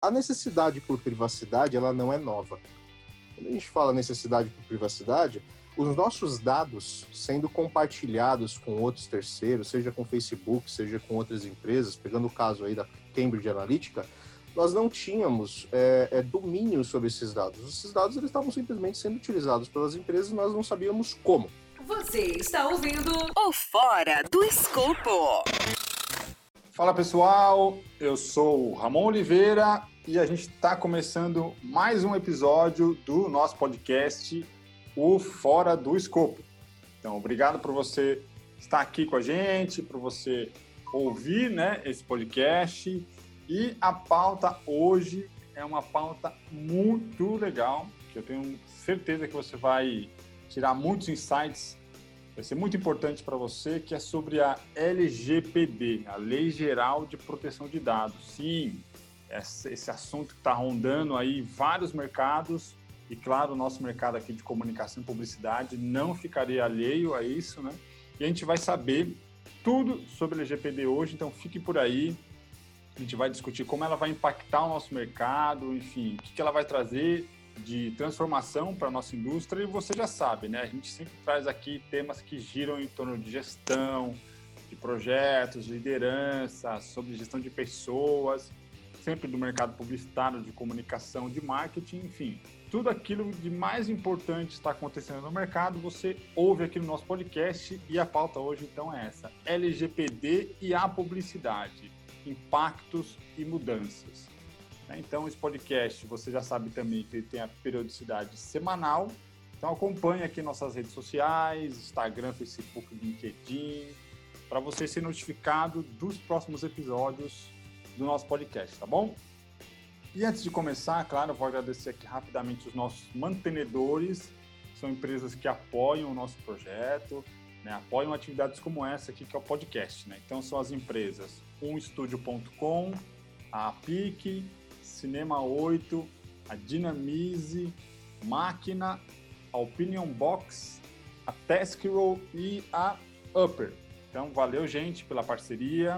A necessidade por privacidade, ela não é nova. Quando a gente fala necessidade por privacidade, os nossos dados sendo compartilhados com outros terceiros, seja com o Facebook, seja com outras empresas, pegando o caso aí da Cambridge Analytica, nós não tínhamos domínio sobre esses dados. Esses dados eles estavam simplesmente sendo utilizados pelas empresas e nós não sabíamos como. Você está ouvindo o Fora do Escopo. Fala pessoal, eu sou o Ramon Oliveira e a gente está começando mais um episódio do nosso podcast, o Fora do Escopo. Então, obrigado por você estar aqui com a gente, por você ouvir, esse podcast. E a pauta hoje é uma pauta muito legal, que eu tenho certeza que você vai tirar muitos insights. Vai ser muito importante para você, que é sobre a LGPD, a Lei Geral de Proteção de Dados. Sim, esse assunto que está rondando aí vários mercados, e claro, o nosso mercado aqui de comunicação e publicidade não ficaria alheio a isso, né? E a gente vai saber tudo sobre a LGPD hoje, então fique por aí. A gente vai discutir como ela vai impactar o nosso mercado, enfim, o que ela vai trazer de transformação para a nossa indústria. E você já sabe, né? A gente sempre traz aqui temas que giram em torno de gestão, de projetos, de liderança, sobre gestão de pessoas, sempre do mercado publicitário, de comunicação, de marketing, enfim. Tudo aquilo de mais importante está acontecendo no mercado, você ouve aqui no nosso podcast. E a pauta hoje, então, é essa: LGPD e a publicidade, impactos e mudanças. Então, esse podcast, você já sabe também que ele tem a periodicidade semanal. Então, acompanhe aqui nossas redes sociais, Instagram, Facebook, LinkedIn, para você ser notificado dos próximos episódios do nosso podcast, tá bom? E antes de começar, claro, eu vou agradecer aqui rapidamente os nossos mantenedores, que são empresas que apoiam o nosso projeto, apoiam atividades como essa aqui, que é o podcast. Então, são as empresas umestudio.com, a PIC, Cinema 8, a Dinamize, Máquina, a Opinion Box, a Taskroll e a Upper. Então, valeu, gente, pela parceria.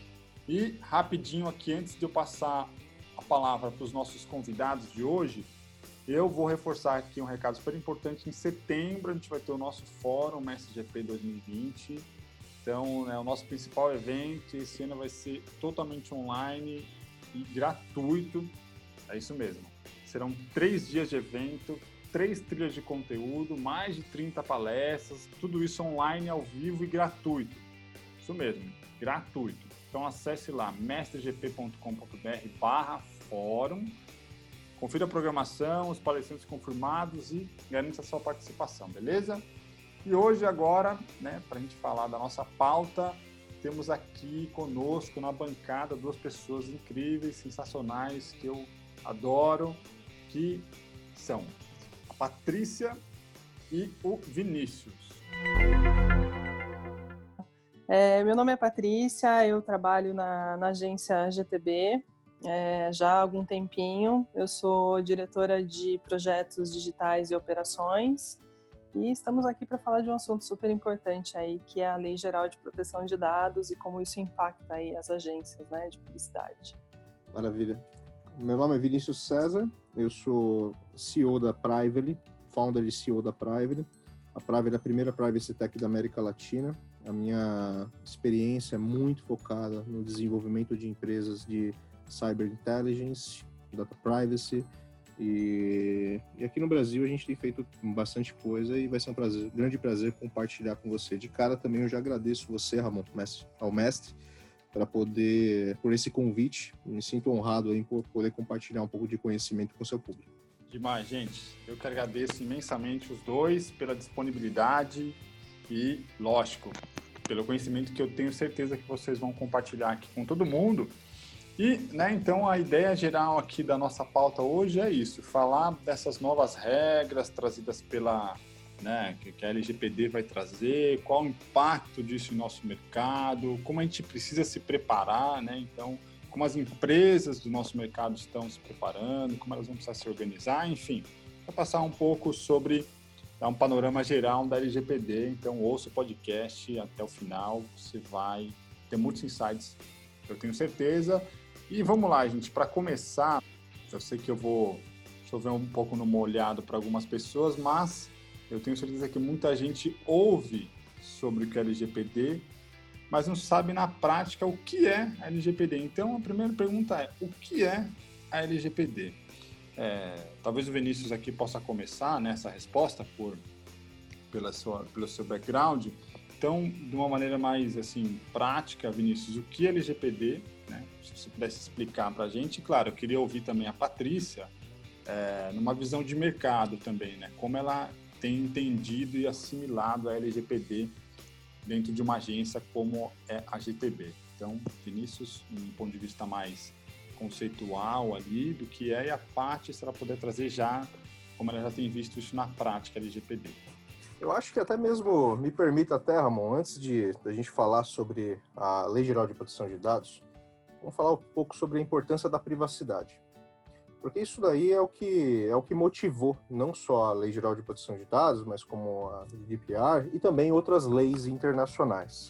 E rapidinho aqui, antes de eu passar a palavra para os nossos convidados de hoje, eu vou reforçar aqui um recado super importante. Em setembro, a gente vai ter o nosso Fórum SGP 2020. Então, o nosso principal evento esse ano vai ser totalmente online e gratuito. É isso mesmo. Serão 3 dias de evento, 3 trilhas de conteúdo, mais de 30 palestras, tudo isso online, ao vivo e gratuito. Isso mesmo, gratuito. Então acesse lá mestregp.com.br/fórum, confira a programação, os palestrantes confirmados e garanta a sua participação, beleza? E hoje, agora, para a gente falar da nossa pauta, temos aqui conosco na bancada 2 pessoas incríveis, sensacionais, que eu adoro, que são a Patrícia e o Vinícius. Meu nome é Patrícia, eu trabalho na agência GTB já há algum tempinho. Eu sou diretora de projetos digitais e operações. E estamos aqui para falar de um assunto super importante aí, que é a Lei Geral de Proteção de Dados e como isso impacta aí as agências, de publicidade. Maravilha. Meu nome é Vinícius César, eu sou CEO da Prively, founder e CEO da Prively. A Prively é a primeira privacy tech da América Latina. A minha experiência é muito focada no desenvolvimento de empresas de cyber intelligence, data privacy. E aqui no Brasil a gente tem feito bastante coisa e vai ser um grande prazer compartilhar com você. De cara também eu já agradeço você, Ramon, ao mestre, por esse convite. Me sinto honrado em poder compartilhar um pouco de conhecimento com o seu público. Demais, gente. Eu que agradeço imensamente os dois pela disponibilidade e, lógico, pelo conhecimento que eu tenho certeza que vocês vão compartilhar aqui com todo mundo. E, então, a ideia geral aqui da nossa pauta hoje é isso: falar dessas novas regras trazidas pela, que a LGPD vai trazer, qual o impacto disso em nosso mercado, como a gente precisa se preparar, então, como as empresas do nosso mercado estão se preparando, como elas vão precisar se organizar, enfim, para passar um pouco sobre, dar um panorama geral da LGPD. Então, ouça o podcast até o final, você vai ter muitos insights, eu tenho certeza. E vamos lá, gente, para começar, Eu sei que eu vou chover um pouco no molhado para algumas pessoas, mas eu tenho certeza que muita gente ouve sobre o que é LGPD, mas não sabe na prática o que é a LGPD. Então, a primeira pergunta é, o que é a LGPD? Talvez o Vinícius aqui possa começar nessa resposta pelo seu background. Então, de uma maneira mais assim, prática, Vinícius, o que é LGPD? Né? Se você pudesse explicar para a gente. Claro, eu queria ouvir também a Patrícia, numa visão de mercado também, né? Como ela tem entendido e assimilado a LGPD dentro de uma agência como é a GTB. Então, Vinícius, um ponto de vista mais conceitual ali do que é, e a Paty, se ela puder trazer já, como ela já tem visto isso na prática, LGPD. Eu acho que até mesmo, me permita até, Ramon, antes da gente falar sobre a Lei Geral de Proteção de Dados, vamos falar um pouco sobre a importância da privacidade. Porque isso daí é o que motivou não só a Lei Geral de Proteção de Dados, mas como a GDPR e também outras leis internacionais.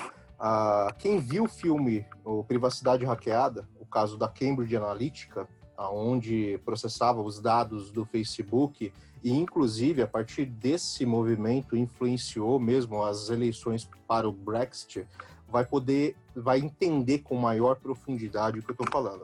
Quem viu o filme Privacidade Hackeada, o caso da Cambridge Analytica, onde processava os dados do Facebook e, inclusive, a partir desse movimento influenciou mesmo as eleições para o Brexit, vai entender com maior profundidade o que eu estou falando.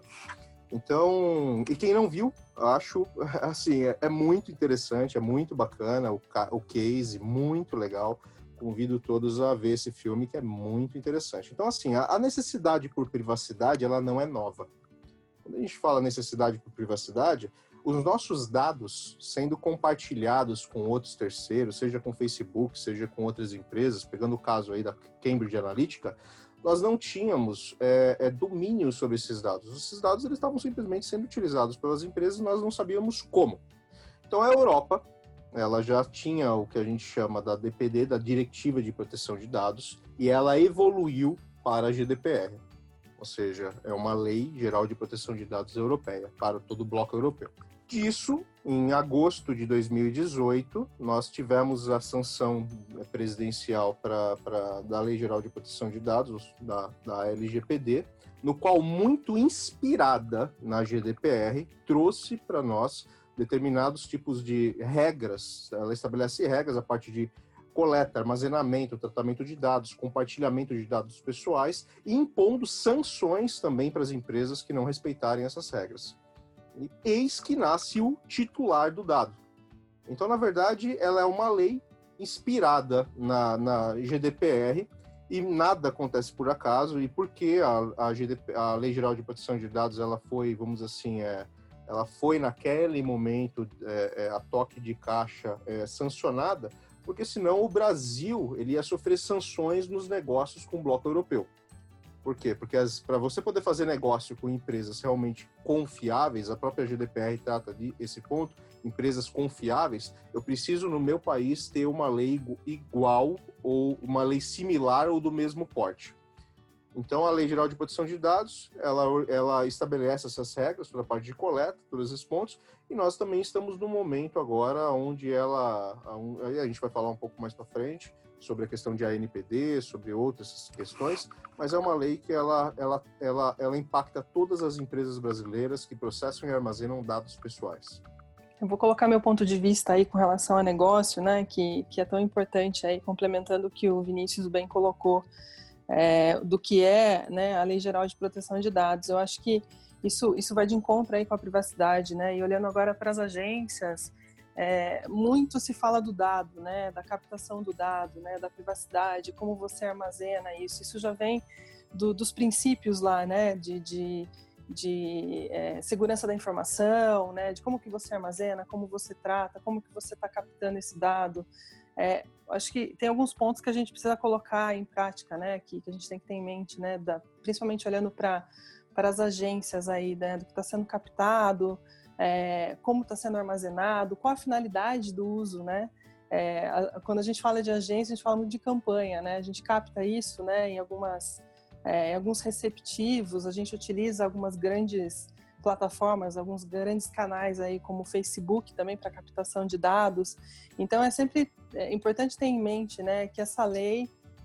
Então, e quem não viu, acho, assim, é muito interessante, é muito bacana, o case, muito legal. Convido todos a ver esse filme, que é muito interessante. Então, assim, a necessidade por privacidade, ela não é nova. Quando a gente fala necessidade por privacidade, os nossos dados sendo compartilhados com outros terceiros, seja com o Facebook, seja com outras empresas, pegando o caso aí da Cambridge Analytica, nós não tínhamos domínio sobre esses dados. Esses dados eles estavam simplesmente sendo utilizados pelas empresas e nós não sabíamos como. Então a Europa, ela já tinha o que a gente chama da DPD, da Diretiva de Proteção de Dados, e ela evoluiu para a GDPR. Ou seja, é uma Lei Geral de Proteção de Dados europeia, para todo o bloco europeu. Disso, em agosto de 2018, nós tivemos a sanção presidencial da Lei Geral de Proteção de Dados, da LGPD, no qual, muito inspirada na GDPR, trouxe para nós determinados tipos de regras. Ela estabelece regras a partir de coleta, armazenamento, tratamento de dados, compartilhamento de dados pessoais e impondo sanções também para as empresas que não respeitarem essas regras. E eis que nasce o titular do dado. Então, na verdade, ela é uma lei inspirada na GDPR e nada acontece por acaso. E porque a Lei Geral de Proteção de Dados, ela foi, vamos dizer assim, ela foi naquele momento a toque de caixa sancionada, porque senão o Brasil ele ia sofrer sanções nos negócios com o bloco europeu. Por quê? Porque para você poder fazer negócio com empresas realmente confiáveis, a própria GDPR trata desse ponto, empresas confiáveis, eu preciso no meu país ter uma lei igual ou uma lei similar ou do mesmo porte. Então, a Lei Geral de Proteção de Dados, ela estabelece essas regras para a parte de coleta, todos esses pontos, e nós também estamos no momento agora onde a gente vai falar um pouco mais para frente sobre a questão de ANPD, sobre outras questões, mas é uma lei que ela impacta todas as empresas brasileiras que processam e armazenam dados pessoais. Eu vou colocar meu ponto de vista aí com relação a negócio, né, que é tão importante aí, complementando o que o Vinícius bem colocou, do que é, né, a Lei Geral de Proteção de Dados. Eu acho que isso vai de encontro aí com a privacidade, né, e olhando agora para as agências, muito se fala do dado, né, da captação do dado, né, da privacidade, como você armazena isso. Isso já vem dos princípios lá, né, de segurança da informação, né, de como que você armazena, como você trata, como que você está captando esse dado. Acho que tem alguns pontos que a gente precisa colocar em prática, né, que a gente tem que ter em mente, né, principalmente olhando para as agências aí, né, do que está sendo captado, como está sendo armazenado, qual a finalidade do uso, né? Quando a gente fala de agência, a gente fala muito de campanha, né? A gente capta isso, né, em alguns receptivos, a gente utiliza algumas grandes plataformas, alguns grandes canais aí como o Facebook também para captação de dados. Então é sempre importante ter em mente, né, que essa lei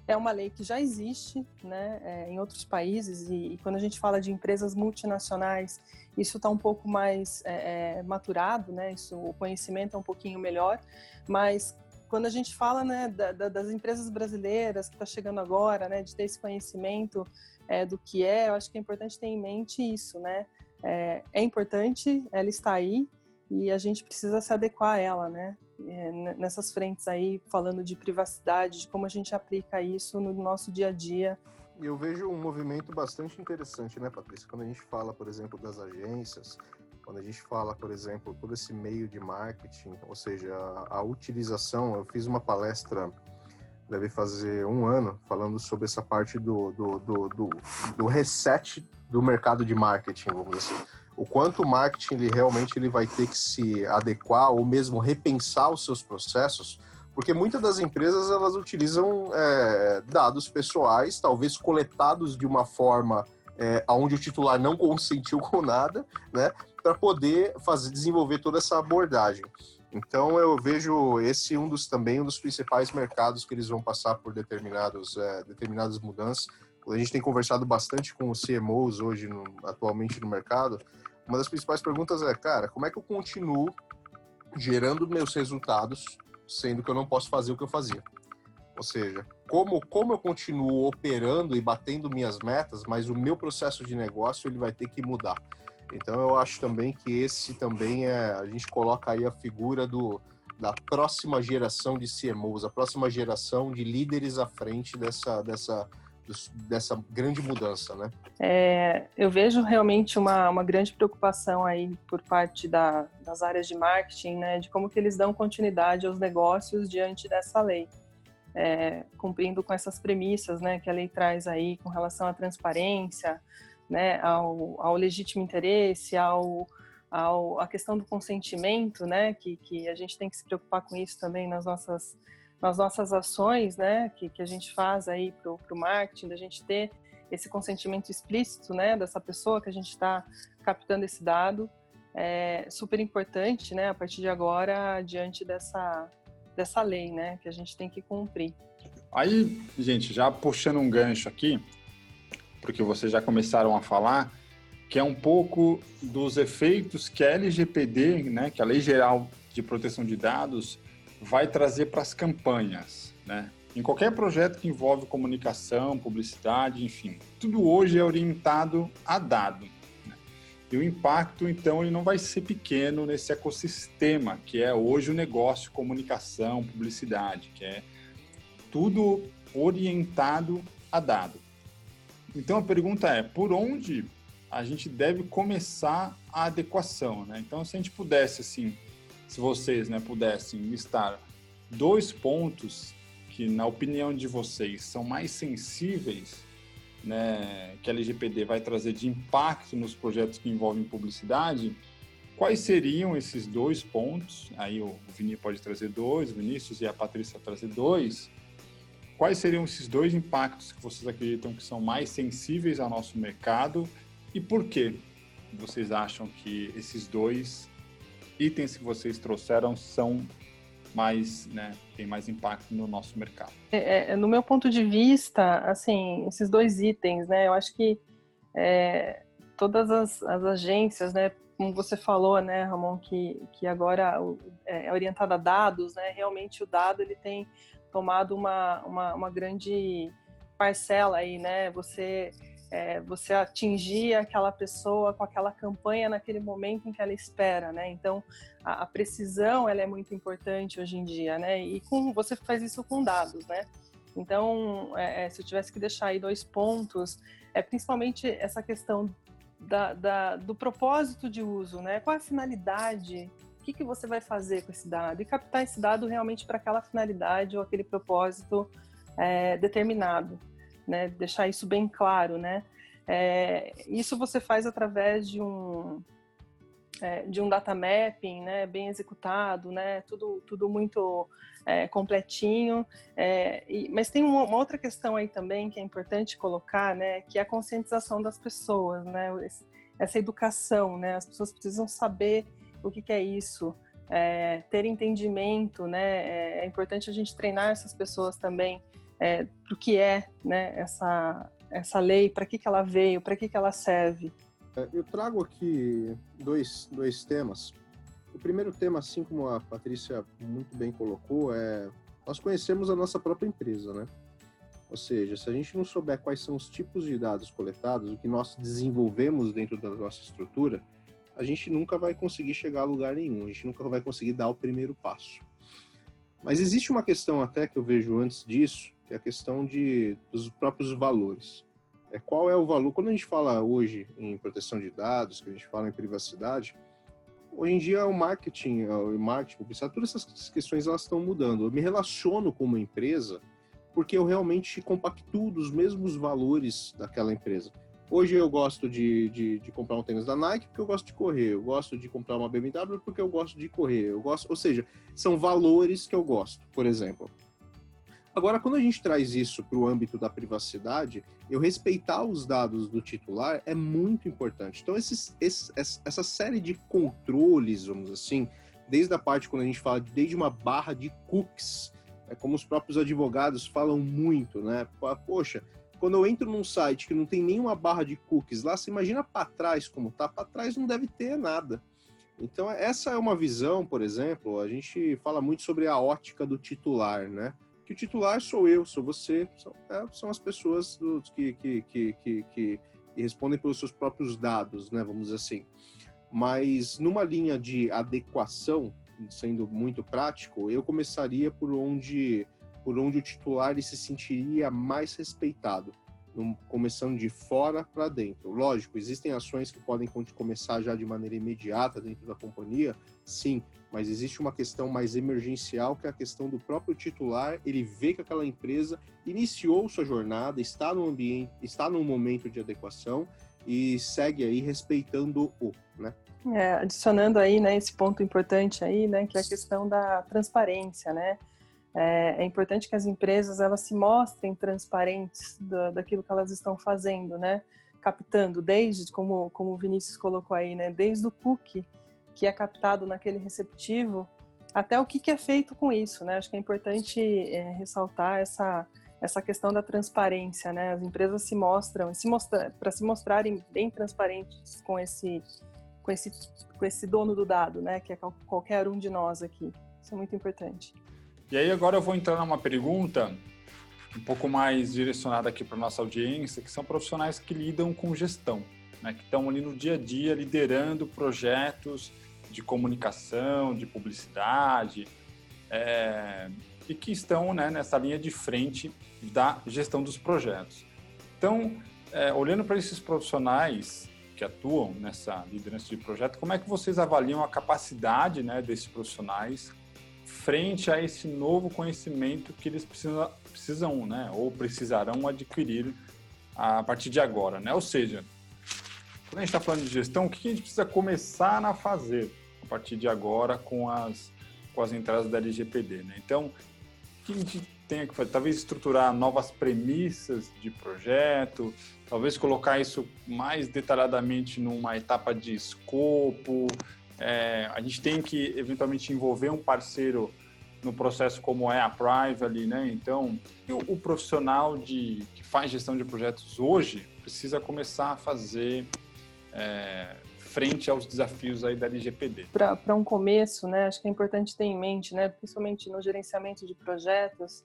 É uma lei que já existe, né, em outros países, e quando a gente fala de empresas multinacionais, isso está um pouco mais maturado, né, o conhecimento é um pouquinho melhor, mas quando a gente fala, né, das empresas brasileiras que está chegando agora, né, de ter esse conhecimento do que eu acho que é importante ter em mente isso, né, é importante, ela está aí, e a gente precisa se adequar a ela, né, nessas frentes aí, falando de privacidade, de como a gente aplica isso no nosso dia a dia. Eu vejo um movimento bastante interessante, né, Patrícia? Quando a gente fala, por exemplo, das agências, quando a gente fala, por exemplo, todo esse meio de marketing, ou seja, a utilização, eu fiz uma palestra, deve fazer 1 ano, falando sobre essa parte do reset do mercado de marketing, vamos dizer assim. O quanto o marketing ele vai ter que se adequar ou mesmo repensar os seus processos, porque muitas das empresas elas utilizam dados pessoais, talvez coletados de uma forma onde o titular não consentiu com nada, né, para poder desenvolver toda essa abordagem. Então eu vejo esse também um dos principais mercados que eles vão passar por determinadas mudanças. A gente tem conversado bastante com os CMOs hoje, atualmente no mercado. Uma das principais perguntas cara, como é que eu continuo gerando meus resultados, sendo que eu não posso fazer o que eu fazia? Ou seja, como eu continuo operando e batendo minhas metas, mas o meu processo de negócio ele vai ter que mudar. Então eu acho também que esse também a gente coloca aí a figura da próxima geração de CMOs, a próxima geração de líderes à frente dessa grande mudança, né? Eu vejo realmente uma grande preocupação aí por parte das áreas de marketing, né, de como que eles dão continuidade aos negócios diante dessa lei, cumprindo com essas premissas, né, que a lei traz aí com relação à transparência, né, ao legítimo interesse, à questão do consentimento, né, que a gente tem que se preocupar com isso também nas nossas ações, né, que a gente faz aí para o marketing, da gente ter esse consentimento explícito, né, dessa pessoa que a gente está captando esse dado, é super importante, né, a partir de agora, diante dessa lei, né, que a gente tem que cumprir. Aí, gente, já puxando um gancho aqui, porque vocês já começaram a falar, que é um pouco dos efeitos que a LGPD, né, que é a Lei Geral de Proteção de Dados, vai trazer para as campanhas, né? Em qualquer projeto que envolve comunicação, publicidade, enfim, tudo hoje é orientado a dado, né? E o impacto, então, ele não vai ser pequeno nesse ecossistema, que é hoje o negócio, comunicação, publicidade, que é tudo orientado a dado. Então, a pergunta é, por onde a gente deve começar a adequação, né? Então, se a gente pudesse, assim, se vocês, né, pudessem listar 2 pontos que, na opinião de vocês, são mais sensíveis, né, que a LGPD vai trazer de impacto nos projetos que envolvem publicidade, quais seriam esses 2 pontos? Aí o Vini pode trazer 2, o Vinícius e a Patrícia trazer 2. Quais seriam esses 2 impactos que vocês acreditam que são mais sensíveis ao nosso mercado e por que vocês acham que esses 2 itens que vocês trouxeram são mais, né, tem mais impacto no nosso mercado? No meu ponto de vista, assim, esses 2 itens, né, eu acho que todas as agências, né, como você falou, né, Ramon, que agora é orientada a dados, né, realmente o dado ele tem tomado uma grande parcela aí, né, você atingir aquela pessoa com aquela campanha naquele momento em que ela espera, né? Então, a precisão, ela é muito importante hoje em dia, né? E você faz isso com dados, né? Então, se eu tivesse que deixar aí 2 pontos, principalmente essa questão do propósito de uso, né? Qual é a finalidade? O que você vai fazer com esse dado? E captar esse dado realmente para aquela finalidade ou aquele propósito determinado. Né, deixar isso bem claro, né? Isso você faz através de um data mapping, né, bem executado, né? Tudo muito completinho. Mas tem uma outra questão aí também que é importante colocar, né? Que é a conscientização das pessoas, né? Essa educação, né? As pessoas precisam saber o que é isso, ter entendimento, né? É importante a gente treinar essas pessoas também do que é, né, essa lei, para que ela veio, para que ela serve. Eu trago aqui dois temas. O primeiro tema, assim como a Patrícia muito bem colocou, nós conhecemos a nossa própria empresa, né? Ou seja, se a gente não souber quais são os tipos de dados coletados, o que nós desenvolvemos dentro da nossa estrutura, a gente nunca vai conseguir chegar a lugar nenhum, a gente nunca vai conseguir dar o primeiro passo. Mas existe uma questão até que eu vejo antes disso, que é a questão dos próprios valores. Qual é o valor? Quando a gente fala hoje em proteção de dados, que a gente fala em privacidade, hoje em dia o marketing, publicidade, todas essas questões elas estão mudando. Eu me relaciono com uma empresa porque eu realmente compactuo dos mesmos valores daquela empresa. Hoje eu gosto de comprar um tênis da Nike porque eu gosto de correr. Eu gosto de comprar uma BMW porque eu gosto de correr. Ou seja, são valores que eu gosto, por exemplo. Agora, quando a gente traz isso para o âmbito da privacidade, eu respeitar os dados do titular é muito importante. Então, essa série de controles, vamos assim, desde a parte quando a gente fala desde uma barra de cookies, como os próprios advogados falam muito, né? Poxa, quando eu entro num site que não tem nenhuma barra de cookies lá, você imagina para trás como tá? Para trás não deve ter nada. Então, essa é uma visão, por exemplo, a gente fala muito sobre a ótica do titular, né? Que o titular sou eu, sou você, são as pessoas que respondem pelos seus próprios dados, né? Vamos dizer assim. Mas numa linha de adequação, sendo muito prático, eu começaria por onde o titular ele se sentiria mais respeitado, começando de fora para dentro. Lógico, existem ações que podem começar já de maneira imediata dentro da companhia, sim, mas existe uma questão mais emergencial, que é a questão do próprio titular, ele vê que aquela empresa iniciou sua jornada, está no ambiente, está num momento de adequação e segue aí respeitando-o, né? Adicionando aí, né, esse ponto importante aí, né, que é a questão da transparência, né? É importante que as empresas elas se mostrem transparentes daquilo que elas estão fazendo, né? Captando desde, como o Vinícius colocou aí, né? Desde o cookie que é captado naquele receptivo até o que é feito com isso, né? Acho que é importante ressaltar essa questão da transparência, né? As empresas para se mostrarem bem transparentes com esse dono do dado, né? Que é qualquer um de nós aqui. Isso é muito importante. E aí agora eu vou entrar numa pergunta um pouco mais direcionada aqui para nossa audiência, que são profissionais que lidam com gestão, né? Que estão ali no dia a dia liderando projetos de comunicação, de publicidade, e que estão, né, nessa linha de frente da gestão dos projetos. Então, olhando para esses profissionais que atuam nessa liderança de projeto, como é que vocês avaliam a capacidade, né, desses profissionais frente a esse novo conhecimento que eles precisam, né, ou precisarão adquirir a partir de agora, né? Ou seja, quando a gente está falando de gestão, o que a gente precisa começar a fazer a partir de agora com as entradas da LGPD, né? Então, o que a gente tem que fazer? Talvez estruturar novas premissas de projeto, talvez colocar isso mais detalhadamente numa etapa de escopo. A gente tem que, eventualmente, envolver um parceiro no processo como é a Prively, né? Então, o profissional que faz gestão de projetos hoje precisa começar a fazer frente aos desafios aí da LGPD. Para um começo, né, acho que é importante ter em mente, né, principalmente no gerenciamento de projetos,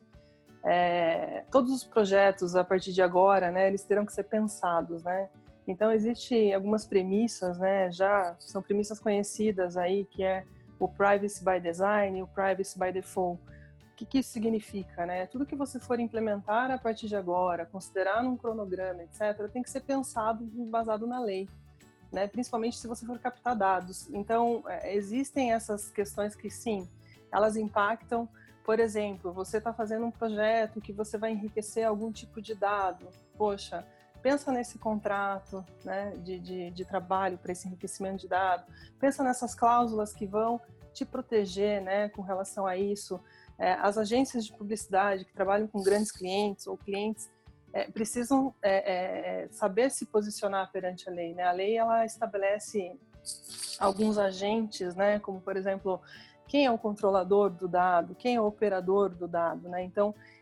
todos os projetos a partir de agora, né, eles terão que ser pensados, né? Então existem algumas premissas, né, já são premissas conhecidas aí, que é o Privacy by Design e o Privacy by Default. O que isso significa, né? Tudo que você for implementar a partir de agora, considerar num cronograma, etc., tem que ser pensado e baseado na lei, né? Principalmente se você for captar dados. Então, existem essas questões que, sim, elas impactam. Por exemplo, você está fazendo um projeto que você vai enriquecer algum tipo de dado. Poxa, pensa nesse contrato, né, de trabalho para esse enriquecimento de dados. Pensa nessas cláusulas que vão te proteger, né, com relação a isso. As agências de publicidade que trabalham com grandes clientes ou clientes precisam saber se posicionar perante a lei, né? A lei ela estabelece alguns agentes, né, como por exemplo quem é o controlador do dado, quem é o operador do dado, né? Então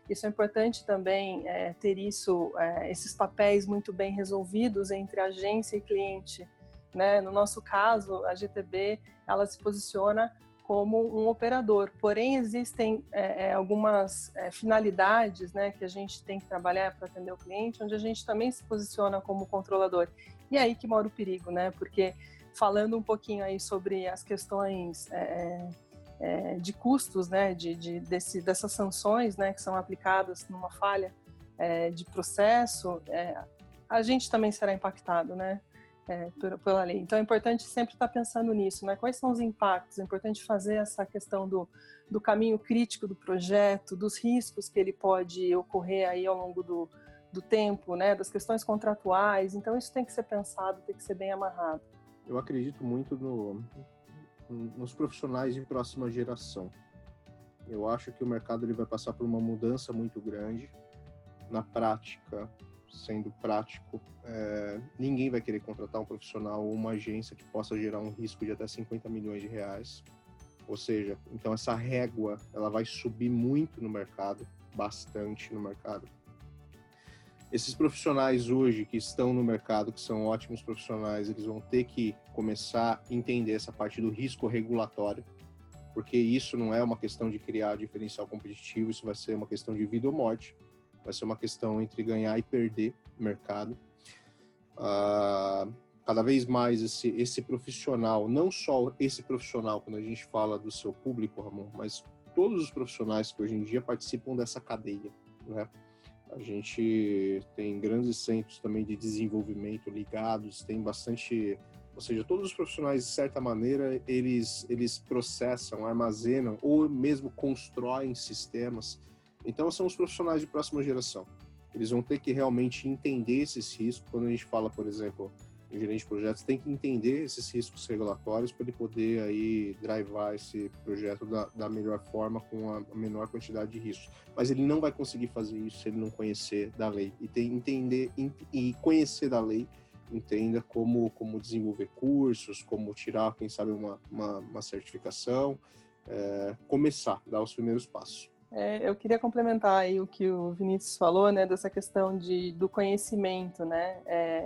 Isso é importante também ter esses papéis muito bem resolvidos entre agência e cliente, né? No nosso caso, a GTB, ela se posiciona como um operador, porém existem algumas finalidades, né, que a gente tem que trabalhar para atender o cliente, onde a gente também se posiciona como controlador. E é aí que mora o perigo, né? Porque falando um pouquinho aí sobre as questões de custos, né, dessas sanções, né, que são aplicadas numa falha de processo, a gente também será impactado, né, pela lei. Então é importante sempre estar pensando nisso, né? Quais são os impactos? É importante fazer essa questão do caminho crítico do projeto, dos riscos que ele pode ocorrer aí ao longo do tempo, né? Das questões contratuais. Então isso tem que ser pensado, tem que ser bem amarrado. Eu acredito muito nos profissionais de próxima geração. Eu acho que o mercado ele vai passar por uma mudança muito grande. Na prática, sendo prático, ninguém vai querer contratar um profissional ou uma agência que possa gerar um risco de até 50 milhões de reais. Ou seja, então essa régua ela vai subir muito no mercado, bastante no mercado. Esses profissionais hoje que estão no mercado, que são ótimos profissionais, eles vão ter que começar a entender essa parte do risco regulatório, porque isso não é uma questão de criar diferencial competitivo, isso vai ser uma questão de vida ou morte, vai ser uma questão entre ganhar e perder o mercado. Cada vez mais esse profissional, não só esse profissional, quando a gente fala do seu público, Ramon, mas todos os profissionais que hoje em dia participam dessa cadeia, né? A gente tem grandes centros também de desenvolvimento ligados, tem bastante... Ou seja, todos os profissionais, de certa maneira, eles processam, armazenam ou mesmo constroem sistemas. Então, são os profissionais de próxima geração. Eles vão ter que realmente entender esses riscos. Quando a gente fala, por exemplo, em gerente de projetos, tem que entender esses riscos regulatórios para ele poder aí drivar esse projeto da melhor forma, com a menor quantidade de riscos. Mas ele não vai conseguir fazer isso se ele não conhecer da lei. E entender e conhecer da lei, entenda como desenvolver cursos, como tirar, quem sabe, uma certificação, começar, dar os primeiros passos. Eu queria complementar aí o que o Vinícius falou, né, dessa questão do conhecimento, né?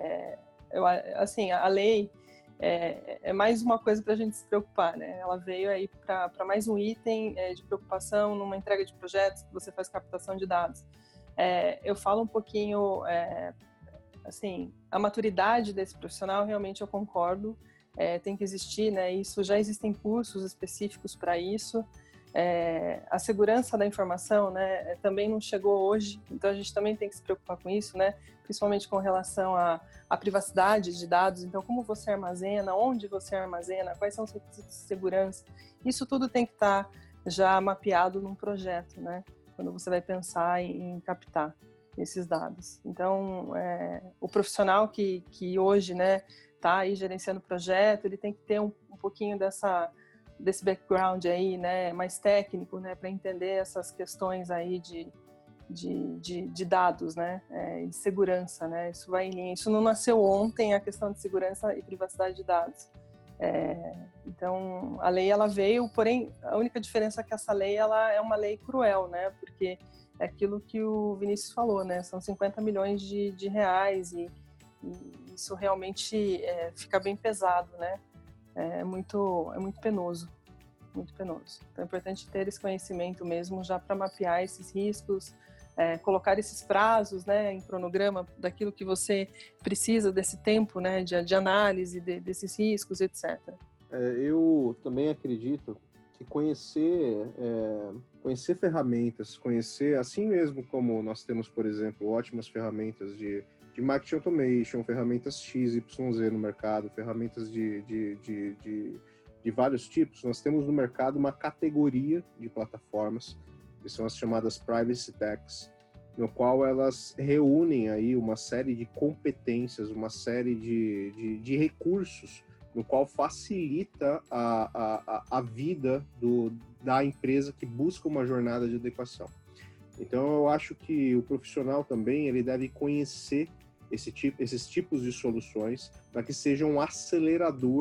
Assim, a lei é mais uma coisa para a gente se preocupar, né? Ela veio aí para mais um item de preocupação numa entrega de projetos que você faz captação de dados. Eu falo um pouquinho, assim, a maturidade desse profissional, realmente eu concordo, tem que existir, né? Isso, já existem cursos específicos para isso. A segurança da informação, né, também não chegou hoje, então a gente também tem que se preocupar com isso, né, principalmente com relação à privacidade de dados. Então, como você armazena, onde você armazena, quais são os requisitos de segurança, isso tudo tem que estar já mapeado num projeto, né, quando você vai pensar em captar esses dados. Então, o profissional que hoje, né, está aí gerenciando o projeto, ele tem que ter um pouquinho desse background aí, né, mais técnico, né, para entender essas questões aí de dados, né, de segurança, né, isso não nasceu ontem, a questão de segurança e privacidade de dados. Então, a lei, ela veio, porém, a única diferença é que essa lei, ela é uma lei cruel, né, porque é aquilo que o Vinícius falou, né, são 50 milhões de reais e isso realmente fica bem pesado, né. É muito penoso, muito penoso. Então é importante ter esse conhecimento mesmo já para mapear esses riscos, colocar esses prazos, né, em cronograma daquilo que você precisa desse tempo, né, de análise desses riscos, etc. Eu também acredito que conhecer ferramentas, conhecer, assim mesmo como nós temos, por exemplo, ótimas ferramentas de marketing automation, ferramentas XYZ no mercado, ferramentas de vários tipos. Nós temos no mercado uma categoria de plataformas, que são as chamadas Privacy Techs, no qual elas reúnem aí uma série de competências, uma série de recursos, no qual facilita a vida da empresa que busca uma jornada de adequação. Então, eu acho que o profissional também ele deve conhecer esses tipos de soluções para que seja um acelerador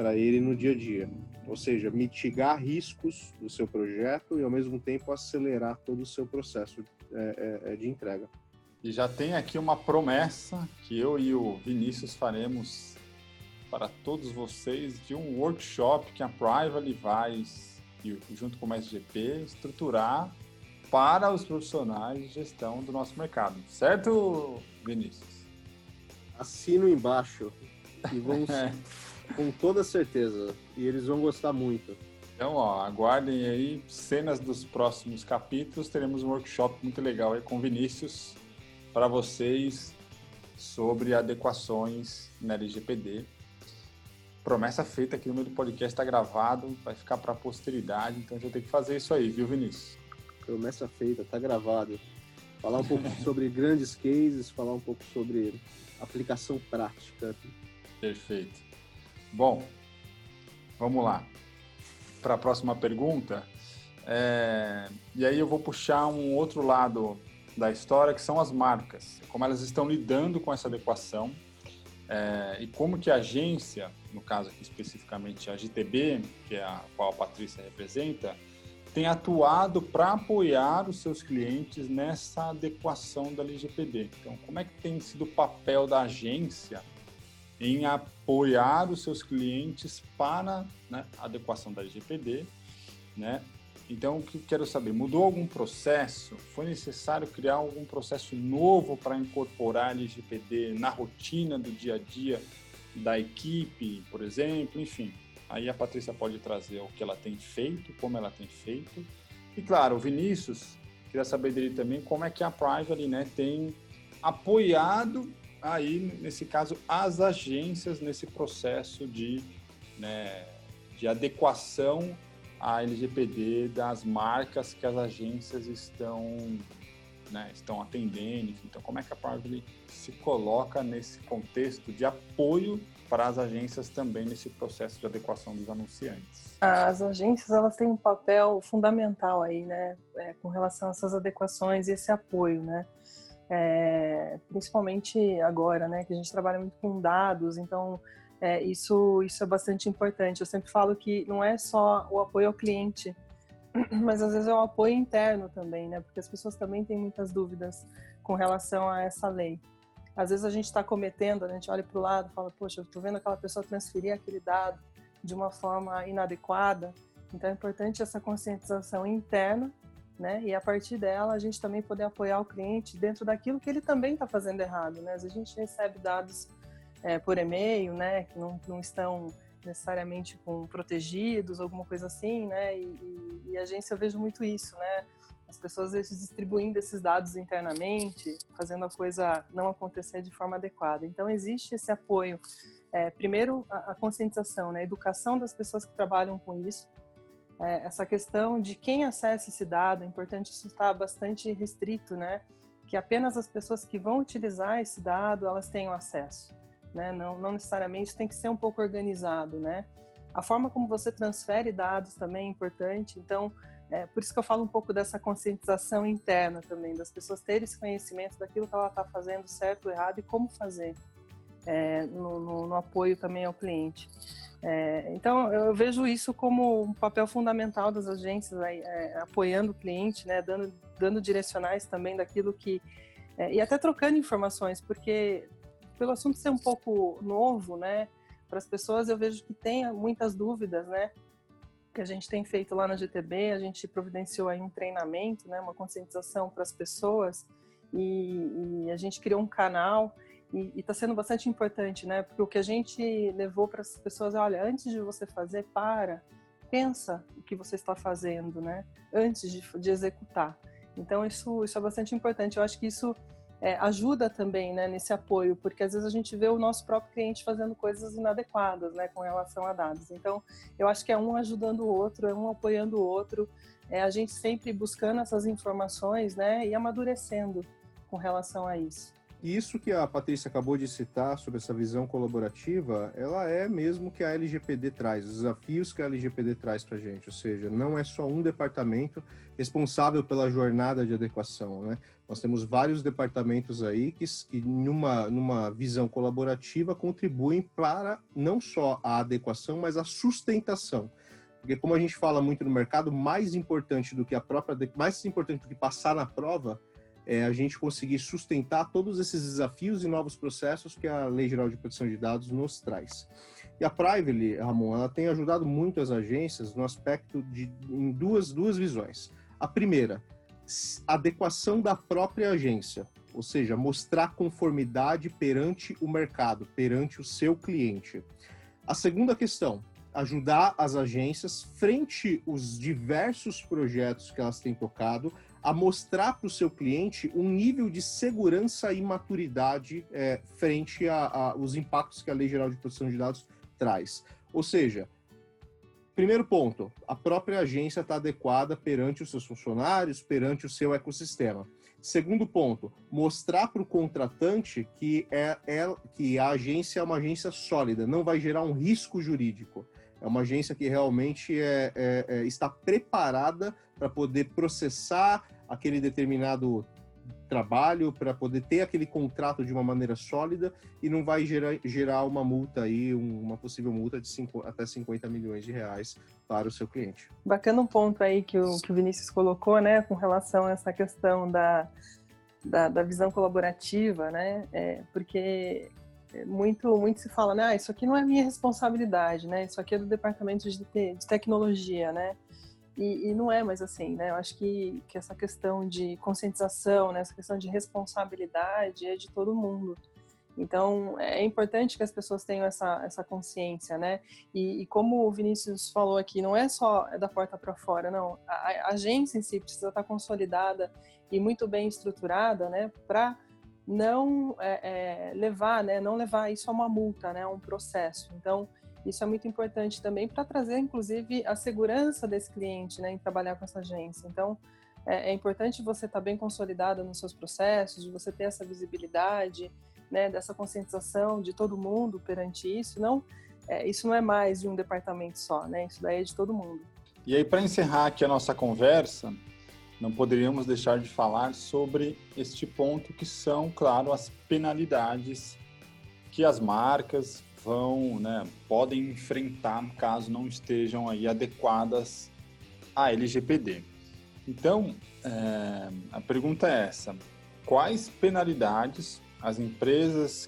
para ele no dia a dia. Ou seja, mitigar riscos do seu projeto e, ao mesmo tempo, acelerar todo o seu processo de entrega. E já tem aqui uma promessa que eu e o Vinícius faremos para todos vocês de um workshop que a Prively vai, junto com o SGP, estruturar para os profissionais de gestão do nosso mercado. Certo, Vinícius? Assino embaixo e vamos com toda certeza. E eles vão gostar muito. Então, aguardem aí cenas dos próximos capítulos. Teremos um workshop muito legal aí com o Vinícius para vocês sobre adequações na LGPD. Promessa feita aqui no meio do podcast, está gravado, vai ficar para a posteridade, então a gente vai ter que fazer isso aí, viu, Vinícius? Promessa feita, está gravado. Falar um pouco sobre grandes cases, falar um pouco sobre aplicação prática. Perfeito. Bom, vamos lá para a próxima pergunta. E aí eu vou puxar um outro lado da história, que são as marcas, como elas estão lidando com essa adequação e como que a agência, no caso aqui especificamente a GTB, que é a qual a Patrícia representa, tem atuado para apoiar os seus clientes nessa adequação da LGPD. Então, como é que tem sido o papel da agência em apoiar os seus clientes para, né, a adequação da LGPD, né? Então, o que eu quero saber, mudou algum processo? Foi necessário criar algum processo novo para incorporar a LGPD na rotina do dia a dia da equipe, por exemplo? Enfim, aí a Patrícia pode trazer o que ela tem feito, como ela tem feito. E, claro, o Vinícius, queria saber dele também como é que a Prively, né, tem apoiado, aí, nesse caso, as agências nesse processo de adequação a LGPD das marcas que as agências estão atendendo. Então, como é que a Prively se coloca nesse contexto de apoio para as agências também nesse processo de adequação dos anunciantes? As agências, elas têm um papel fundamental aí, né, com relação a essas adequações e esse apoio, né, principalmente agora, né, que a gente trabalha muito com dados, então isso é bastante importante. Eu sempre falo que não é só o apoio ao cliente, mas às vezes é o apoio interno também, né? Porque as pessoas também têm muitas dúvidas com relação a essa lei. Às vezes a gente está cometendo, a gente olha para o lado e fala, poxa, eu estou vendo aquela pessoa transferir aquele dado de uma forma inadequada. Então é importante essa conscientização interna, né? E a partir dela a gente também poder apoiar o cliente dentro daquilo que ele também está fazendo errado, né? Às vezes a gente recebe dados por e-mail, né, que não estão necessariamente protegidos, alguma coisa assim, né, e a agência eu vejo muito isso, né, as pessoas às vezes distribuindo esses dados internamente, fazendo a coisa não acontecer de forma adequada. Então existe esse apoio, primeiro a conscientização, né, a educação das pessoas que trabalham com isso, essa questão de quem acessa esse dado, é importante isso estar bastante restrito, né, que apenas as pessoas que vão utilizar esse dado, elas tenham acesso. Né? Não necessariamente tem que ser um pouco organizado, né? A forma como você transfere dados também é importante, então por isso que eu falo um pouco dessa conscientização interna também, das pessoas terem esse conhecimento daquilo que ela está fazendo certo ou errado e como fazer no apoio também ao cliente. Então eu vejo isso como um papel fundamental das agências, apoiando o cliente, né? Dando direcionais também daquilo que... e até trocando informações, porque pelo assunto ser um pouco novo, né, para as pessoas eu vejo que tem muitas dúvidas, né, que a gente tem feito lá na GTB, a gente providenciou aí um treinamento, né, uma conscientização para as pessoas e a gente criou um canal e está sendo bastante importante, né, porque o que a gente levou para as pessoas é, olha, antes de você fazer, pensa o que você está fazendo, né, antes de executar. Então isso é bastante importante, eu acho que isso ajuda também, né, nesse apoio, porque às vezes a gente vê o nosso próprio cliente fazendo coisas inadequadas, né, com relação a dados. Então, eu acho que é um ajudando o outro, é um apoiando o outro, a gente sempre buscando essas informações, né, e amadurecendo com relação a isso. E isso que a Patrícia acabou de citar sobre essa visão colaborativa, ela é mesmo que a LGPD traz, os desafios que a LGPD traz para a gente, ou seja, não é só um departamento responsável pela jornada de adequação, né? Nós temos vários departamentos aí que numa visão colaborativa, contribuem para não só a adequação, mas a sustentação. Porque como a gente fala muito no mercado, mais importante do que passar na prova, é a gente conseguir sustentar todos esses desafios e novos processos que a Lei Geral de Proteção de Dados nos traz. E a Prively, Ramon, ela tem ajudado muito as agências no aspecto em duas visões. A primeira, adequação da própria agência, ou seja, mostrar conformidade perante o mercado, perante o seu cliente. A segunda questão, ajudar as agências, frente aos diversos projetos que elas têm tocado, a mostrar para o seu cliente um nível de segurança e maturidade frente aos impactos que a Lei Geral de Proteção de Dados traz. Ou seja, primeiro ponto, a própria agência está adequada perante os seus funcionários, perante o seu ecossistema. Segundo ponto, mostrar para o contratante que a agência é uma agência sólida, não vai gerar um risco jurídico. É uma agência que realmente está preparada para poder processar aquele determinado trabalho, para poder ter aquele contrato de uma maneira sólida e não vai gerar uma multa aí, uma possível multa de até 50 milhões de reais para o seu cliente. Bacana um ponto aí que o Vinícius colocou, né, com relação a essa questão da visão colaborativa, né, porque muito se fala, né, isso aqui não é minha responsabilidade, né, isso aqui é do departamento de tecnologia, né, e não é mais assim, né, eu acho que essa questão de conscientização, né, essa questão de responsabilidade é de todo mundo. Então, é importante que as pessoas tenham essa consciência, né? E como o Vinícius falou aqui, não é só da porta para fora, não. A agência em si precisa estar consolidada e muito bem estruturada, né? Para não levar isso a uma multa, né? A um processo. Então, isso é muito importante também para trazer, inclusive, a segurança desse cliente, né? Em trabalhar com essa agência. Então, é importante você estar bem consolidada nos seus processos, de você ter essa visibilidade, né, dessa conscientização de todo mundo perante isso. Isso não é mais de um departamento só, né? Isso daí é de todo mundo. E aí, para encerrar aqui a nossa conversa, não poderíamos deixar de falar sobre este ponto que são, claro, as penalidades que as marcas podem enfrentar caso não estejam aí adequadas à LGPD. Então, a pergunta é essa: quais penalidades as empresas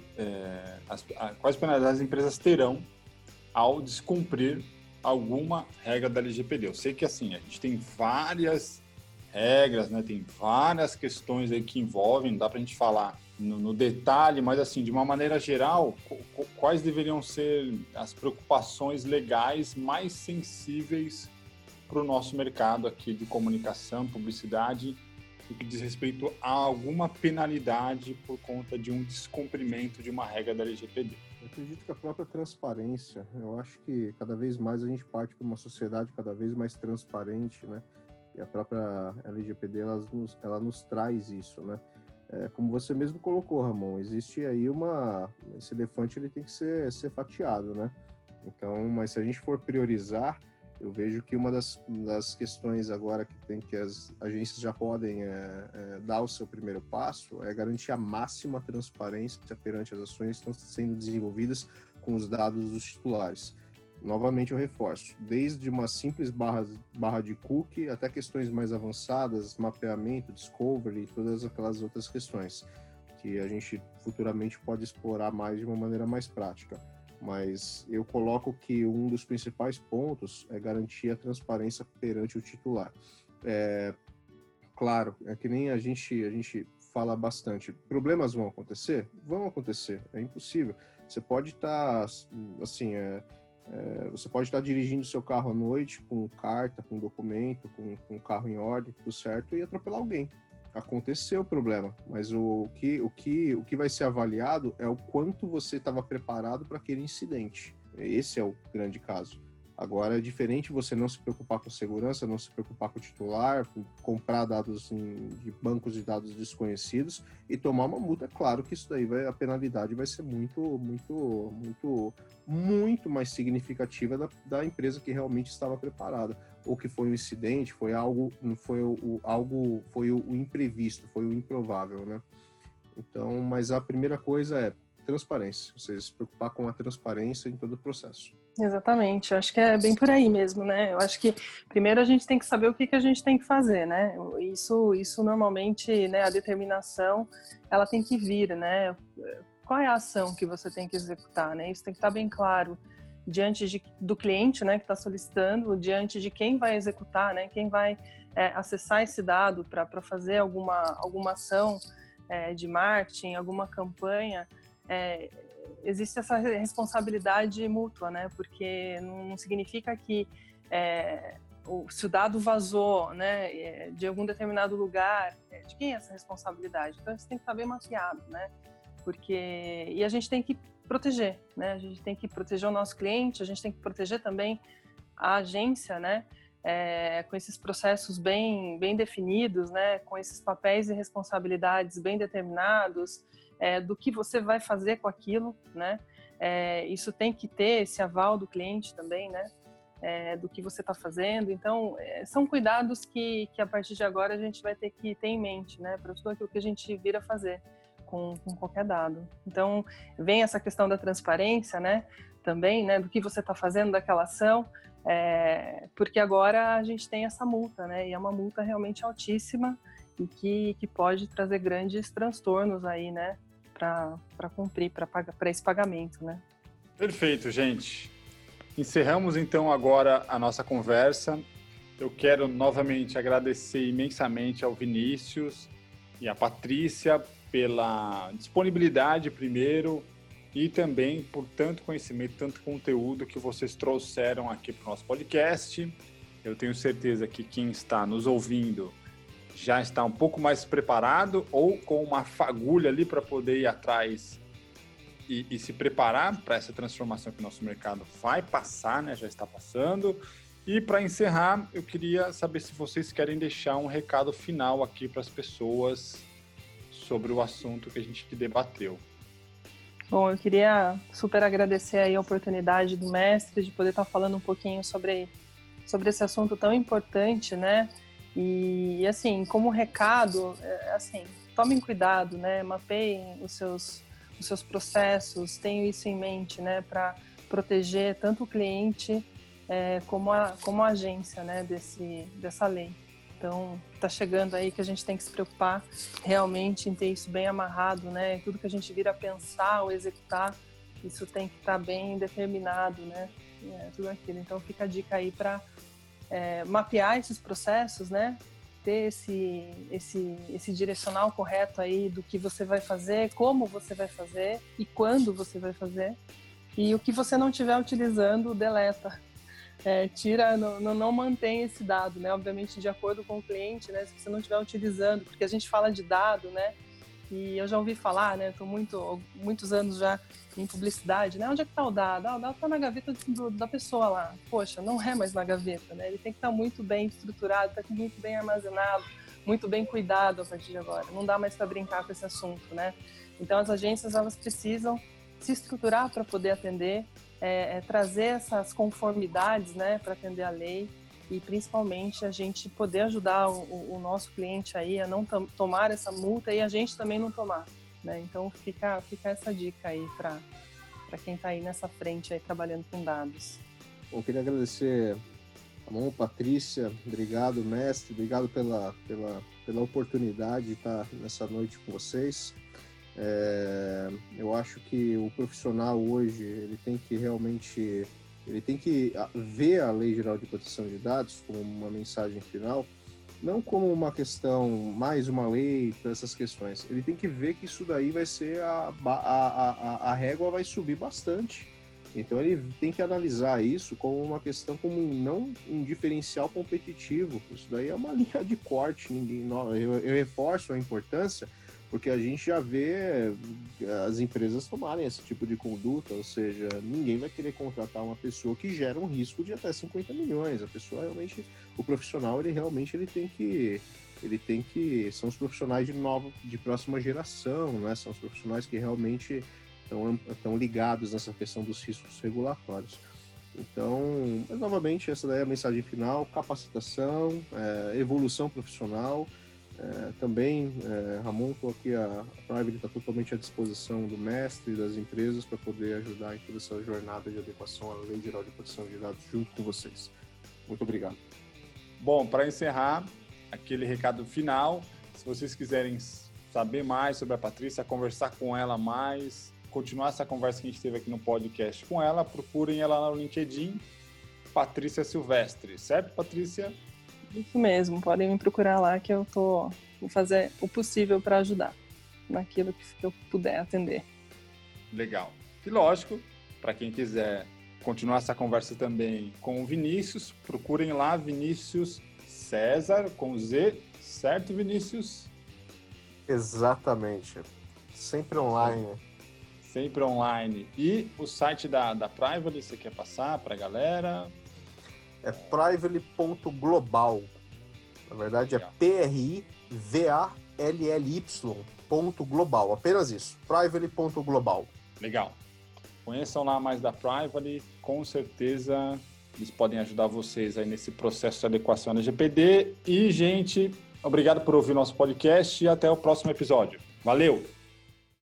terão ao descumprir alguma regra da LGPD? Eu sei que assim, a gente tem várias regras, né? Tem várias questões aí que envolvem, não dá para a gente falar no detalhe, mas assim, de uma maneira geral, quais deveriam ser as preocupações legais mais sensíveis para o nosso mercado aqui de comunicação, publicidade, no que diz respeito a alguma penalidade por conta de um descumprimento de uma regra da LGPD? Eu acredito que a própria transparência, eu acho que cada vez mais a gente parte para uma sociedade cada vez mais transparente, né? E a própria LGPD, ela nos traz isso, né? Como você mesmo colocou, Ramon, existe aí esse elefante, ele tem que ser fatiado, né? Então, mas se a gente for priorizar, eu vejo que uma das questões agora que as agências já podem dar o seu primeiro passo é garantir a máxima transparência perante as ações que estão sendo desenvolvidas com os dados dos titulares. Novamente eu reforço, desde uma simples barra de cookie até questões mais avançadas, mapeamento, discovery e todas aquelas outras questões que a gente futuramente pode explorar mais de uma maneira mais prática. Mas eu coloco que um dos principais pontos é garantir a transparência perante o titular. Claro, é que nem a gente fala bastante. Problemas vão acontecer? Vão acontecer, é impossível. Você pode estar, você pode estar dirigindo seu carro à noite com carta, com documento, com o carro em ordem, tudo certo, e atropelar alguém. Aconteceu o problema, mas o que vai ser avaliado é o quanto você estava preparado para aquele incidente. Esse é o grande caso. Agora, é diferente você não se preocupar com segurança, não se preocupar com o titular, comprar dados de bancos de dados desconhecidos e tomar uma multa. É claro que isso daí a penalidade vai ser muito mais significativa da empresa que realmente estava preparada. Ou que foi um incidente, foi o imprevisto, foi o improvável, né? Então, mas a primeira coisa é transparência, você se preocupar com a transparência em todo o processo. Exatamente, eu acho que é bem por aí mesmo, né? Eu acho que primeiro a gente tem que saber o que a gente tem que fazer, né? Isso normalmente, né, a determinação, ela tem que vir, né? Qual é a ação que você tem que executar, né? Isso tem que estar bem claro diante do cliente, né, que está solicitando, diante de quem vai executar, né? Quem vai acessar esse dado para fazer alguma ação de marketing, alguma campanha. Existe essa responsabilidade mútua, né? Porque não significa que se o dado vazou, né, de algum determinado lugar, de quem é essa responsabilidade? Então isso tem que estar bem mapeado, né? E a gente tem que proteger, né? A gente tem que proteger o nosso cliente, a gente tem que proteger também a agência, né? Com esses processos bem definidos, né? Com esses papéis e responsabilidades bem determinados. Do que você vai fazer com aquilo, né? Isso tem que ter esse aval do cliente também, né? Do que você está fazendo. Então, são cuidados que a partir de agora a gente vai ter que ter em mente, né? Para tudo aquilo que a gente vir a fazer com qualquer dado. Então, vem essa questão da transparência, né? Também, né? Do que você está fazendo daquela ação, porque agora a gente tem essa multa, né? E é uma multa realmente altíssima e que pode trazer grandes transtornos aí, né? Para cumprir, para esse pagamento, né? Perfeito, gente. Encerramos então agora a nossa conversa. Eu quero novamente agradecer imensamente ao Vinícius e à Patrícia pela disponibilidade primeiro e também por tanto conhecimento, tanto conteúdo que vocês trouxeram aqui para o nosso podcast. Eu tenho certeza que quem está nos ouvindo já está um pouco mais preparado ou com uma fagulha ali para poder ir atrás e se preparar para essa transformação que o nosso mercado vai passar, né? Já está passando. E para encerrar, eu queria saber se vocês querem deixar um recado final aqui para as pessoas sobre o assunto que a gente debateu. Bom, eu queria super agradecer aí a oportunidade do mestre de poder estar falando um pouquinho sobre esse assunto tão importante, né? E assim, como recado, assim, tomem cuidado, né? Mapeiem os seus processos, tenham isso em mente, né? Para proteger tanto o cliente como a agência, né? Dessa lei. Então, está chegando aí que a gente tem que se preocupar realmente em ter isso bem amarrado, né? Tudo que a gente vir a pensar ou executar, isso tem que estar bem determinado, né? Tudo aquilo. Então, fica a dica aí para mapear esses processos, né? Ter esse direcional correto aí do que você vai fazer, como você vai fazer e quando você vai fazer. E o que você não estiver utilizando, deleta. Tira, não mantém esse dado, né? Obviamente, de acordo com o cliente, né? Se você não estiver utilizando, porque a gente fala de dado, né? E eu já ouvi falar, né? Estou muitos anos já em publicidade, né? Onde é que está o dado? O dado está na gaveta da pessoa lá. Poxa, não é mais na gaveta, né? Ele tem que estar muito bem estruturado, está muito bem armazenado, muito bem cuidado a partir de agora. Não dá mais para brincar com esse assunto, né? Então, as agências, elas precisam se estruturar para poder atender, trazer essas conformidades, né? Para atender a lei. E principalmente a gente poder ajudar o nosso cliente aí a não tomar essa multa e a gente também não tomar, né? Então fica essa dica aí para quem está aí nessa frente aí trabalhando com dados. Bom, queria agradecer a Ramon, Patrícia, obrigado mestre, obrigado pela oportunidade de estar nessa noite com vocês. Eu acho que o profissional hoje ele tem que realmente ver a Lei Geral de Proteção de Dados como uma mensagem final, não como uma questão, mais uma lei, essas questões. Ele tem que ver que isso daí vai ser a régua vai subir bastante. Então ele tem que analisar isso como uma questão, como não um diferencial competitivo. Isso daí é uma linha de corte. Eu reforço a importância, porque a gente já vê as empresas tomarem esse tipo de conduta, ou seja, ninguém vai querer contratar uma pessoa que gera um risco de até 50 milhões. A pessoa realmente, o profissional, ele tem que, são os profissionais de próxima geração, né? São os profissionais que realmente estão ligados nessa questão dos riscos regulatórios. Então, mas, novamente, essa daí é a mensagem final: capacitação, evolução profissional. Também, Ramon, estou aqui, a Prively está totalmente à disposição do mestre e das empresas para poder ajudar em toda essa jornada de adequação à Lei Geral de Proteção de Dados junto com vocês. Muito obrigado. Bom, para encerrar, aquele recado final: se vocês quiserem saber mais sobre a Patrícia, conversar com ela mais, continuar essa conversa que a gente teve aqui no podcast com ela, procurem ela no LinkedIn, Patrícia Silvestre, certo, Patrícia? Isso mesmo, podem me procurar lá que eu vou fazer o possível para ajudar naquilo que eu puder atender. Legal. E lógico, para quem quiser continuar essa conversa também com o Vinícius, procurem lá Vinícius César com Z, certo, Vinícius? Exatamente. Sempre online. Sempre online. E o site da Prively, você quer passar para a galera? É prively.global. Na verdade, é privally.global. Apenas isso. Prively.global. Legal. Conheçam lá mais da Prively. Com certeza eles podem ajudar vocês aí nesse processo de adequação LGPD. E, gente, obrigado por ouvir nosso podcast e até o próximo episódio. Valeu!